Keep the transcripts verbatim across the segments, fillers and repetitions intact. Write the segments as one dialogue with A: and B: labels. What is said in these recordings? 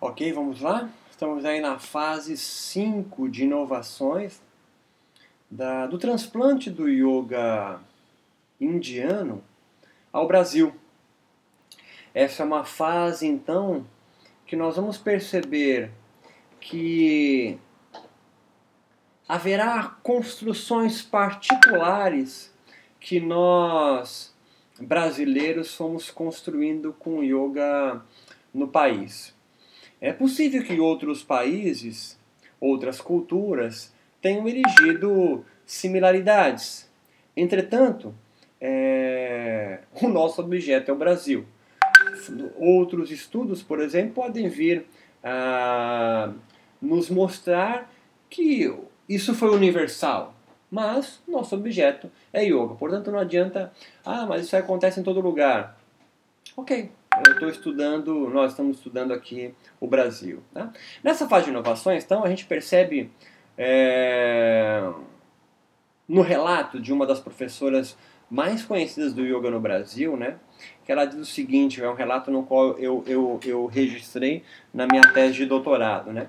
A: Ok, vamos lá? Estamos aí na fase cinco de inovações da, do transplante do yoga indiano ao Brasil. Essa é uma fase, então, que nós vamos perceber que haverá construções particulares que nós, brasileiros, fomos construindo com o yoga no país. É possível que outros países, outras culturas, tenham erigido similaridades. Entretanto, é, o nosso objeto é o Brasil. Outros estudos, por exemplo, podem vir a nos mostrar que isso foi universal, mas nosso objeto é yoga. Portanto, não adianta, ah, mas isso acontece em todo lugar. Ok, eu estou estudando, nós estamos estudando aqui o Brasil. Tá? Nessa fase de inovações, então, a gente percebe é, no relato de uma das professoras mais conhecidas do yoga no Brasil, né, que ela diz o seguinte, é um relato no qual eu, eu, eu registrei na minha tese de doutorado, né,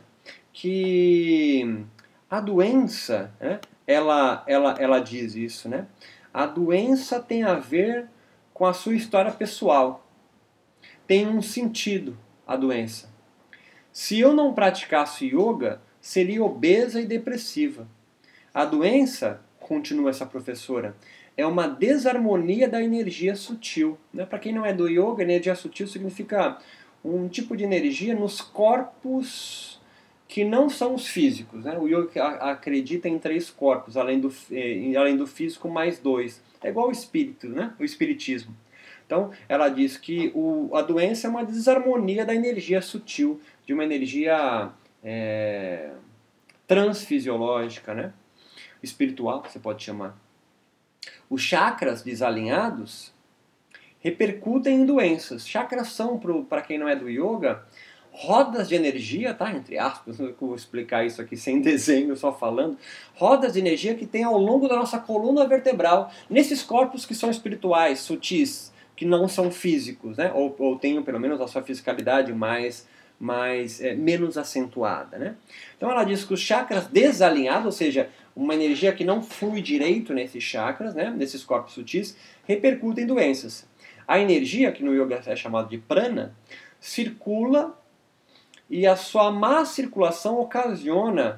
A: que a doença, né, ela, ela, ela diz isso, né, a doença tem a ver com a sua história pessoal. Tem um sentido a doença. Se eu não praticasse yoga, seria obesa e depressiva. A doença, continua essa professora, é uma desarmonia da energia sutil. Né? Para quem não é do yoga, energia sutil significa um tipo de energia nos corpos que não são os físicos. Né? O yoga acredita em três corpos, além do, além do físico, mais dois. É igual o espírito, né? O espiritismo. Então, ela diz que o, a doença é uma desarmonia da energia sutil, de uma energia é, transfisiológica, né? Espiritual, você pode chamar. Os chakras desalinhados repercutem em doenças. Chakras são, para quem não é do yoga, rodas de energia, tá? Entre aspas, eu vou explicar isso aqui sem desenho, só falando. Rodas de energia que tem ao longo da nossa coluna vertebral, nesses corpos que são espirituais, sutis, que não são físicos, né? ou, ou tenham pelo menos a sua fisicalidade mais, mais é, menos acentuada. Né? Então ela diz que os chakras desalinhados, ou seja, uma energia que não flui direito nesses chakras, né? nesses corpos sutis, repercutem em doenças. A energia, que no yoga é chamada de prana, circula e a sua má circulação ocasiona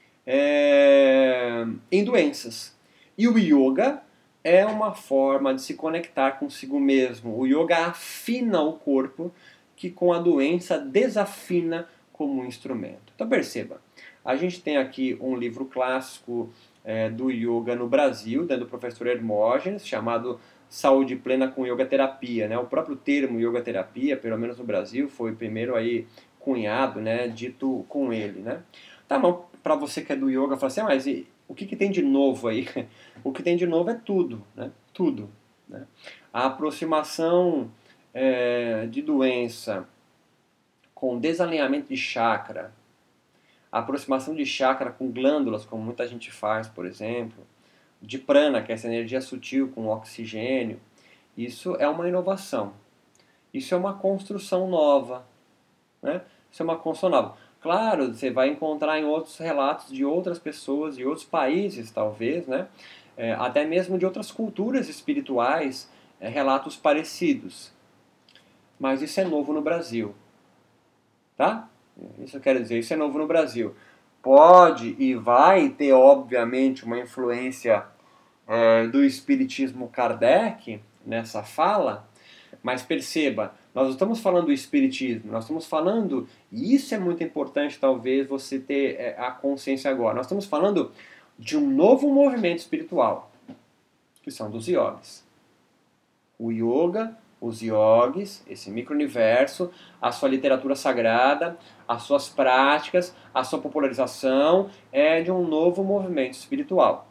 A: é, em doenças. E o yoga é uma forma de se conectar consigo mesmo. O yoga afina o corpo, que com a doença desafina como um instrumento. Então perceba, a gente tem aqui um livro clássico é, do yoga no Brasil, do professor Hermógenes, chamado Saúde Plena com Yoga Terapia. Né? O próprio termo yoga terapia, pelo menos no Brasil, foi primeiro aí cunhado, né, dito com ele. Né? Tá bom, para você que é do yoga, fala assim, ah, mas e, o que, que tem de novo aí? O que tem de novo é tudo, né? Tudo. Né? A aproximação é, de doença com desalinhamento de chakra, a aproximação de chakra com glândulas, como muita gente faz, por exemplo, de prana, que é essa energia sutil com oxigênio, isso é uma inovação. Isso é uma construção nova. Né? Isso é uma construção nova. Claro, você vai encontrar em outros relatos de outras pessoas, de outros países, talvez, né? É, até mesmo de outras culturas espirituais, é, relatos parecidos. Mas isso é novo no Brasil. Tá? Isso eu quero dizer, isso é novo no Brasil. Pode e vai ter, obviamente, uma influência é, do espiritismo Kardec nessa fala, mas perceba, nós não estamos falando do espiritismo, nós estamos falando, e isso é muito importante talvez você ter é, a consciência agora, nós estamos falando de um novo movimento espiritual, que são dos yogis. O yoga, os yogis, esse micro-universo, a sua literatura sagrada, as suas práticas, a sua popularização é de um novo movimento espiritual.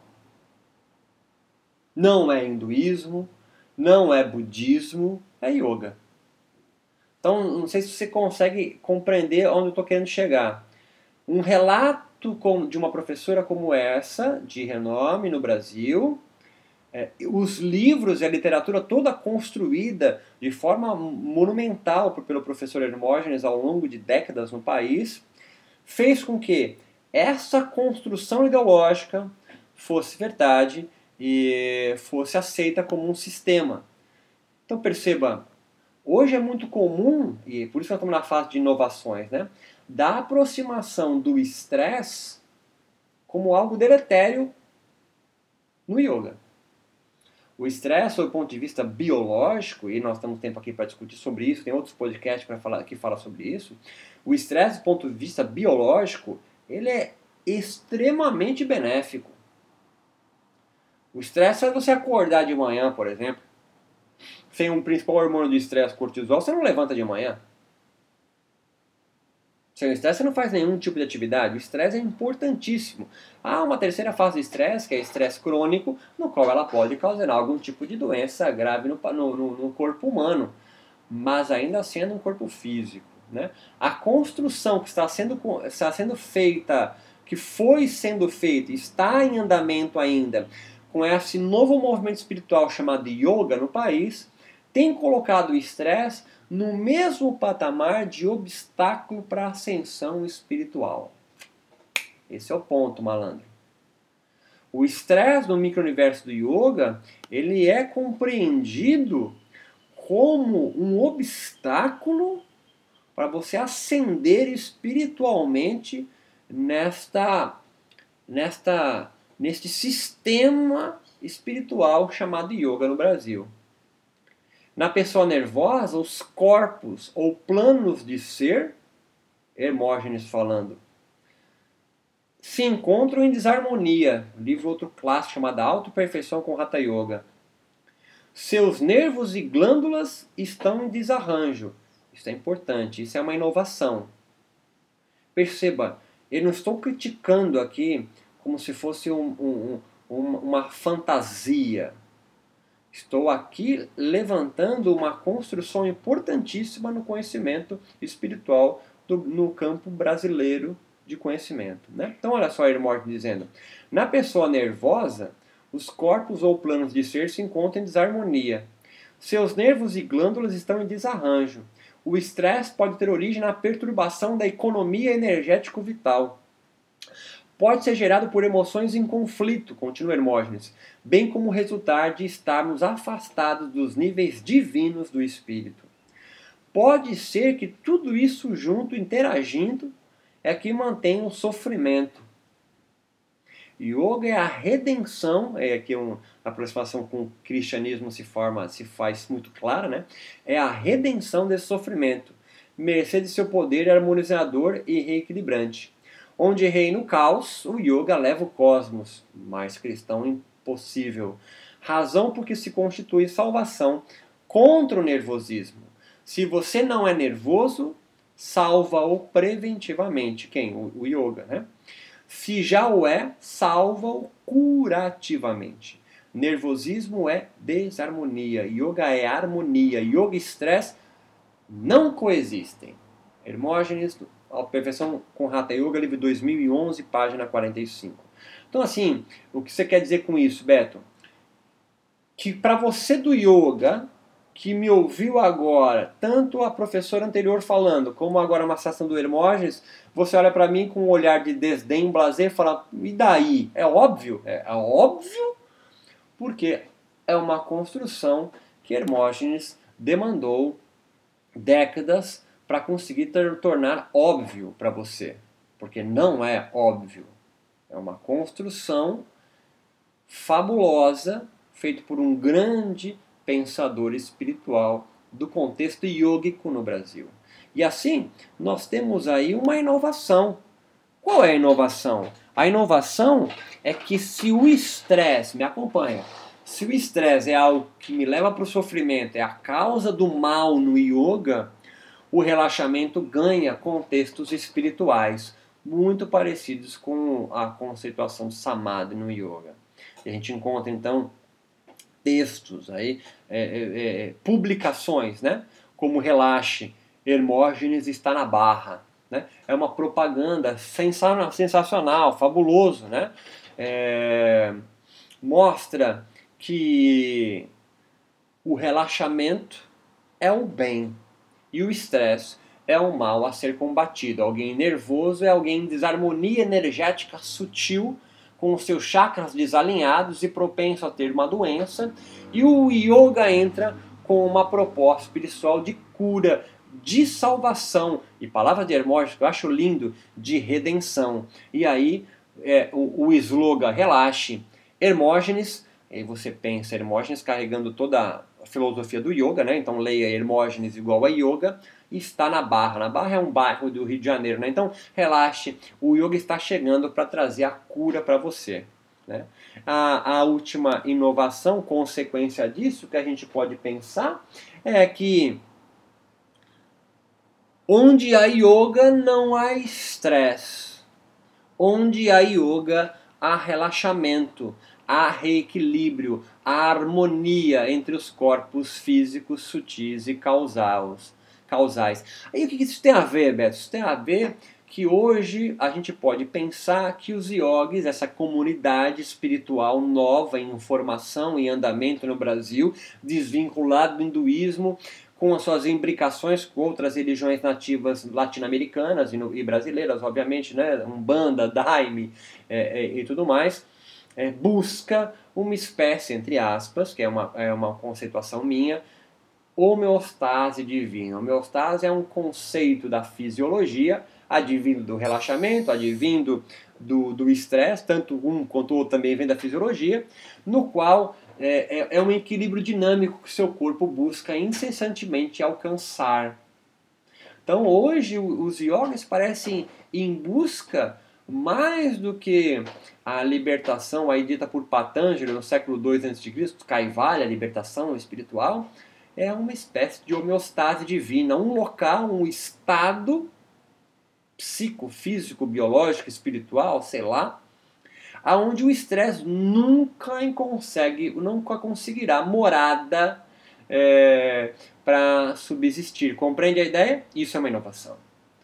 A: Não é hinduísmo, não é budismo, é yoga. Então, não sei se você consegue compreender onde eu estou querendo chegar. Um relato de uma professora como essa, de renome no Brasil, É, os livros e a literatura toda construída de forma monumental pelo professor Hermógenes ao longo de décadas no país, fez com que essa construção ideológica fosse verdade e fosse aceita como um sistema. Então perceba, hoje é muito comum, e por isso que nós estamos na fase de inovações, né, da aproximação do estresse como algo deletério no yoga. O estresse, sob o ponto de vista biológico, e nós temos tempo aqui para discutir sobre isso, tem outros podcasts para falar, que falam sobre isso, o estresse, do ponto de vista biológico, ele é extremamente benéfico. O estresse é você acordar de manhã, por exemplo, sem um principal hormônio do estresse, cortisol, você não levanta de manhã. Sem o estresse você não faz nenhum tipo de atividade. O estresse é importantíssimo. Há uma terceira fase do estresse, que é estresse crônico, no qual ela pode causar algum tipo de doença grave no, no, no corpo humano, mas ainda assim é no corpo físico. Né? A construção que está sendo, está sendo feita, que foi sendo feita, está em andamento ainda, com esse novo movimento espiritual chamado Yoga no país, tem colocado o estresse no mesmo patamar de obstáculo para a ascensão espiritual. Esse é o ponto, malandro. O estresse no micro-universo do yoga, ele é compreendido como um obstáculo para você ascender espiritualmente nesta, nesta, neste sistema espiritual chamado yoga no Brasil. Na pessoa nervosa, os corpos ou planos de ser, Hermógenes falando, se encontram em desarmonia. Livro outro clássico chamado Autoperfeição com Hatha Yoga. Seus nervos e glândulas estão em desarranjo. Isso é importante, isso é uma inovação. Perceba, eu não estou criticando aqui como se fosse um, um, um, uma fantasia. Estou aqui levantando uma construção importantíssima no conhecimento espiritual do, no campo brasileiro de conhecimento. Né? Então, olha só Hermógenes dizendo, na pessoa nervosa, os corpos ou planos de ser se encontram em desarmonia. Seus nervos e glândulas estão em desarranjo. O estresse pode ter origem na perturbação da economia energético-vital. Pode ser gerado por emoções em conflito, continua Hermógenes, bem como resultar de estarmos afastados dos níveis divinos do espírito. Pode ser que tudo isso junto, interagindo, é que mantém o sofrimento. Yoga é a redenção, é aqui uma aproximação com o cristianismo se forma, se faz muito clara, né? É a redenção desse sofrimento, mercê de seu poder harmonizador e reequilibrante. Onde reina o caos, o yoga leva o cosmos, mais cristão impossível. Razão por que se constitui salvação contra o nervosismo. Se você não é nervoso, salva-o preventivamente. Quem? O, o yoga, né? Se já o é, salva-o curativamente. Nervosismo é desarmonia, yoga é harmonia, yoga e estresse não coexistem. Hermógenes, A Perfeição com Hatha Yoga, livro dois mil e onze, página quarenta e cinco. Então assim, o que você quer dizer com isso, Beto? Que para você do yoga, que me ouviu agora, tanto a professora anterior falando, como agora uma citação do Hermógenes, você olha para mim com um olhar de desdém, blazer, e fala, e daí? É óbvio? É, é óbvio, porque é uma construção que Hermógenes demandou décadas para conseguir ter, tornar óbvio para você. Porque não é óbvio. É uma construção fabulosa, feita por um grande pensador espiritual do contexto iógico no Brasil. E assim, nós temos aí uma inovação. Qual é a inovação? A inovação é que se o estresse, me acompanha, se o estresse é algo que me leva para o sofrimento, é a causa do mal no yoga, o relaxamento ganha contextos espirituais muito parecidos com a conceituação de samadhi no yoga. E a gente encontra então textos, aí, é, é, é, publicações, né? Como Relaxe, Hermógenes está na barra. Né? É uma propaganda sensacional, fabuloso. Né? É, mostra que o relaxamento é o bem e o estresse é o mal a ser combatido. Alguém nervoso é alguém em desarmonia energética sutil, com os seus chakras desalinhados e propenso a ter uma doença. E o yoga entra com uma proposta espiritual de cura, de salvação, e palavra de Hermógenes que eu acho lindo, de redenção. E aí é, o, o slogan relaxe Hermógenes, aí você pensa Hermógenes carregando toda a filosofia do yoga, né? Então leia Hermógenes igual a yoga, e está na Barra. Na Barra é um bairro do Rio de Janeiro, né? Então relaxe, o yoga está chegando para trazer a cura para você. Né? A, a última inovação, consequência disso, que a gente pode pensar, é que onde há yoga não há estresse. Onde há yoga há relaxamento, há reequilíbrio, há harmonia entre os corpos físicos sutis e causais. causais. Aí o que isso tem a ver, Beto? Isso tem a ver que hoje a gente pode pensar que os yogis, essa comunidade espiritual nova em formação e andamento no Brasil, desvinculado do hinduísmo, com as suas imbricações com outras religiões nativas latino-americanas e, e brasileiras, obviamente, né, Umbanda, Daime é, é, e tudo mais, é, busca uma espécie, entre aspas, que é uma, é uma conceituação minha, homeostase divina. Homeostase é um conceito da fisiologia, advindo do relaxamento, advindo do estresse, tanto um quanto o outro também vem da fisiologia, no qual é, é, é um equilíbrio dinâmico que o seu corpo busca incessantemente alcançar. Então hoje os yogis parecem em busca mais do que a libertação aí dita por Patanjali no século dois antes de Cristo, Kaivalya, a libertação espiritual, é uma espécie de homeostase divina, um local, um estado psicofísico, biológico, espiritual, sei lá, aonde o estresse nunca consegue, nunca conseguirá morada é, para subsistir. Compreende a ideia? Isso é uma inovação.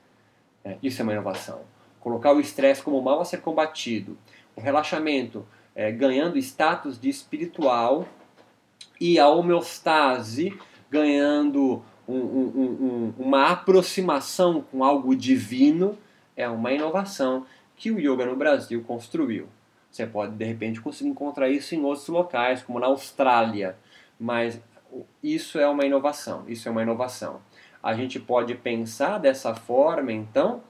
A: É, isso é uma inovação. Colocar o estresse como mal a ser combatido, o relaxamento é, ganhando status de espiritual e a homeostase ganhando um, um, um, uma aproximação com algo divino, é uma inovação que o yoga no Brasil construiu. Você pode, de repente, conseguir encontrar isso em outros locais, como na Austrália, mas isso é uma inovação, isso é uma inovação. A gente pode pensar dessa forma, então,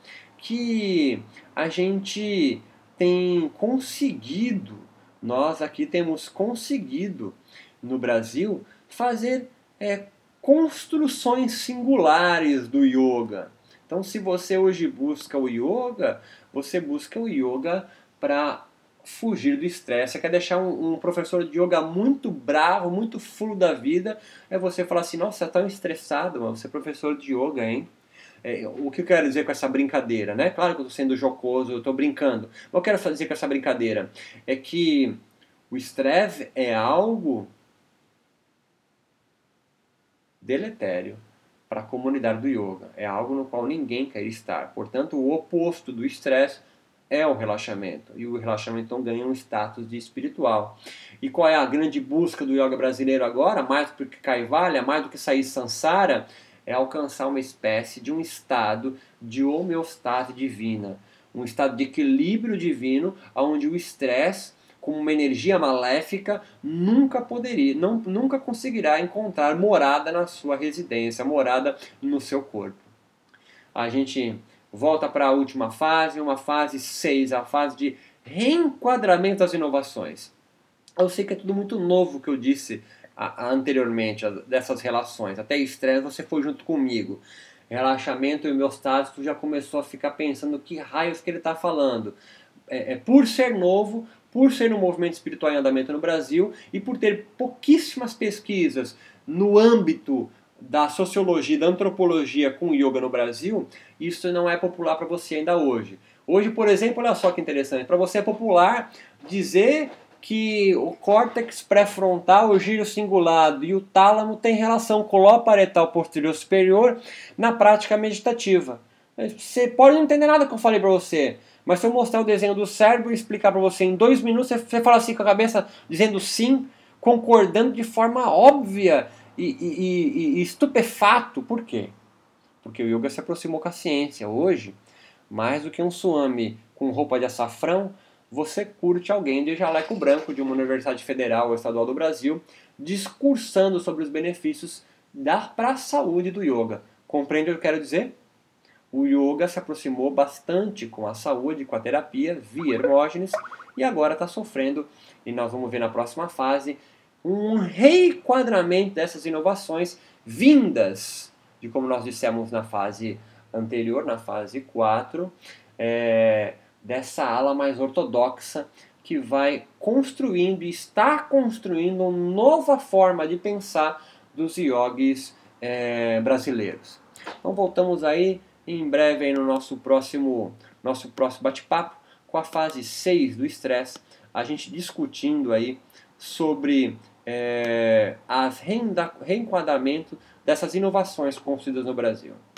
A: que a gente tem conseguido, nós aqui temos conseguido, no Brasil, fazer é, construções singulares do yoga. Então, se você hoje busca o yoga, você busca o yoga para fugir do estresse. Você quer deixar um, um professor de yoga muito bravo, muito fulo da vida, é você falar assim, nossa, você é tão estressado, mano, você é professor de yoga, hein? É, o que eu quero dizer com essa brincadeira, né? Claro que eu estou sendo jocoso, eu estou brincando. Mas eu quero dizer com essa brincadeira é que o estresse é algo deletério para a comunidade do yoga. É algo no qual ninguém quer estar. Portanto, o oposto do estresse é o relaxamento. E o relaxamento então ganha um status de espiritual. E qual é a grande busca do yoga brasileiro agora? Mais do que Kaivalya, mais do que sair samsara, é alcançar uma espécie de um estado de homeostase divina. Um estado de equilíbrio divino, onde o estresse, como uma energia maléfica, nunca poderia, não, nunca conseguirá encontrar morada na sua residência, morada no seu corpo. A gente volta para a última fase, uma fase seis, a fase de reenquadramento das inovações. Eu sei que é tudo muito novo que eu disse a, a, anteriormente, a, dessas relações. Até estresse você foi junto comigo. Relaxamento e homeostase, tu já começou a ficar pensando que raios que ele está falando. É, é, por ser novo, por ser um movimento espiritual em andamento no Brasil e por ter pouquíssimas pesquisas no âmbito da sociologia e da antropologia com yoga no Brasil, isso não é popular para você ainda hoje. Hoje, por exemplo, olha só que interessante, para você é popular dizer que o córtex pré-frontal, o giro cingulado e o tálamo têm relação com o lobo parietal posterior superior na prática meditativa. Você pode não entender nada que eu falei para você, mas se eu mostrar o desenho do cérebro e explicar para você em dois minutos, você fala assim com a cabeça, dizendo sim, concordando de forma óbvia e, e, e, e estupefato. Por quê? Porque o yoga se aproximou com a ciência. Hoje, mais do que um tsunami com roupa de açafrão, você curte alguém de jaleco branco de uma universidade federal ou estadual do Brasil discursando sobre os benefícios para a saúde do yoga. Compreende o que eu quero dizer? O yoga se aproximou bastante com a saúde, com a terapia via Hermógenes e agora está sofrendo, e nós vamos ver na próxima fase, um reenquadramento dessas inovações vindas de, como nós dissemos na fase anterior, na fase quatro, é, dessa ala mais ortodoxa que vai construindo e está construindo uma nova forma de pensar dos yogis é, brasileiros. Então voltamos aí em breve aí no nosso próximo, nosso próximo bate-papo com a fase seis do estresse, a gente discutindo aí sobre é, as reenquadramento dessas inovações construídas no Brasil.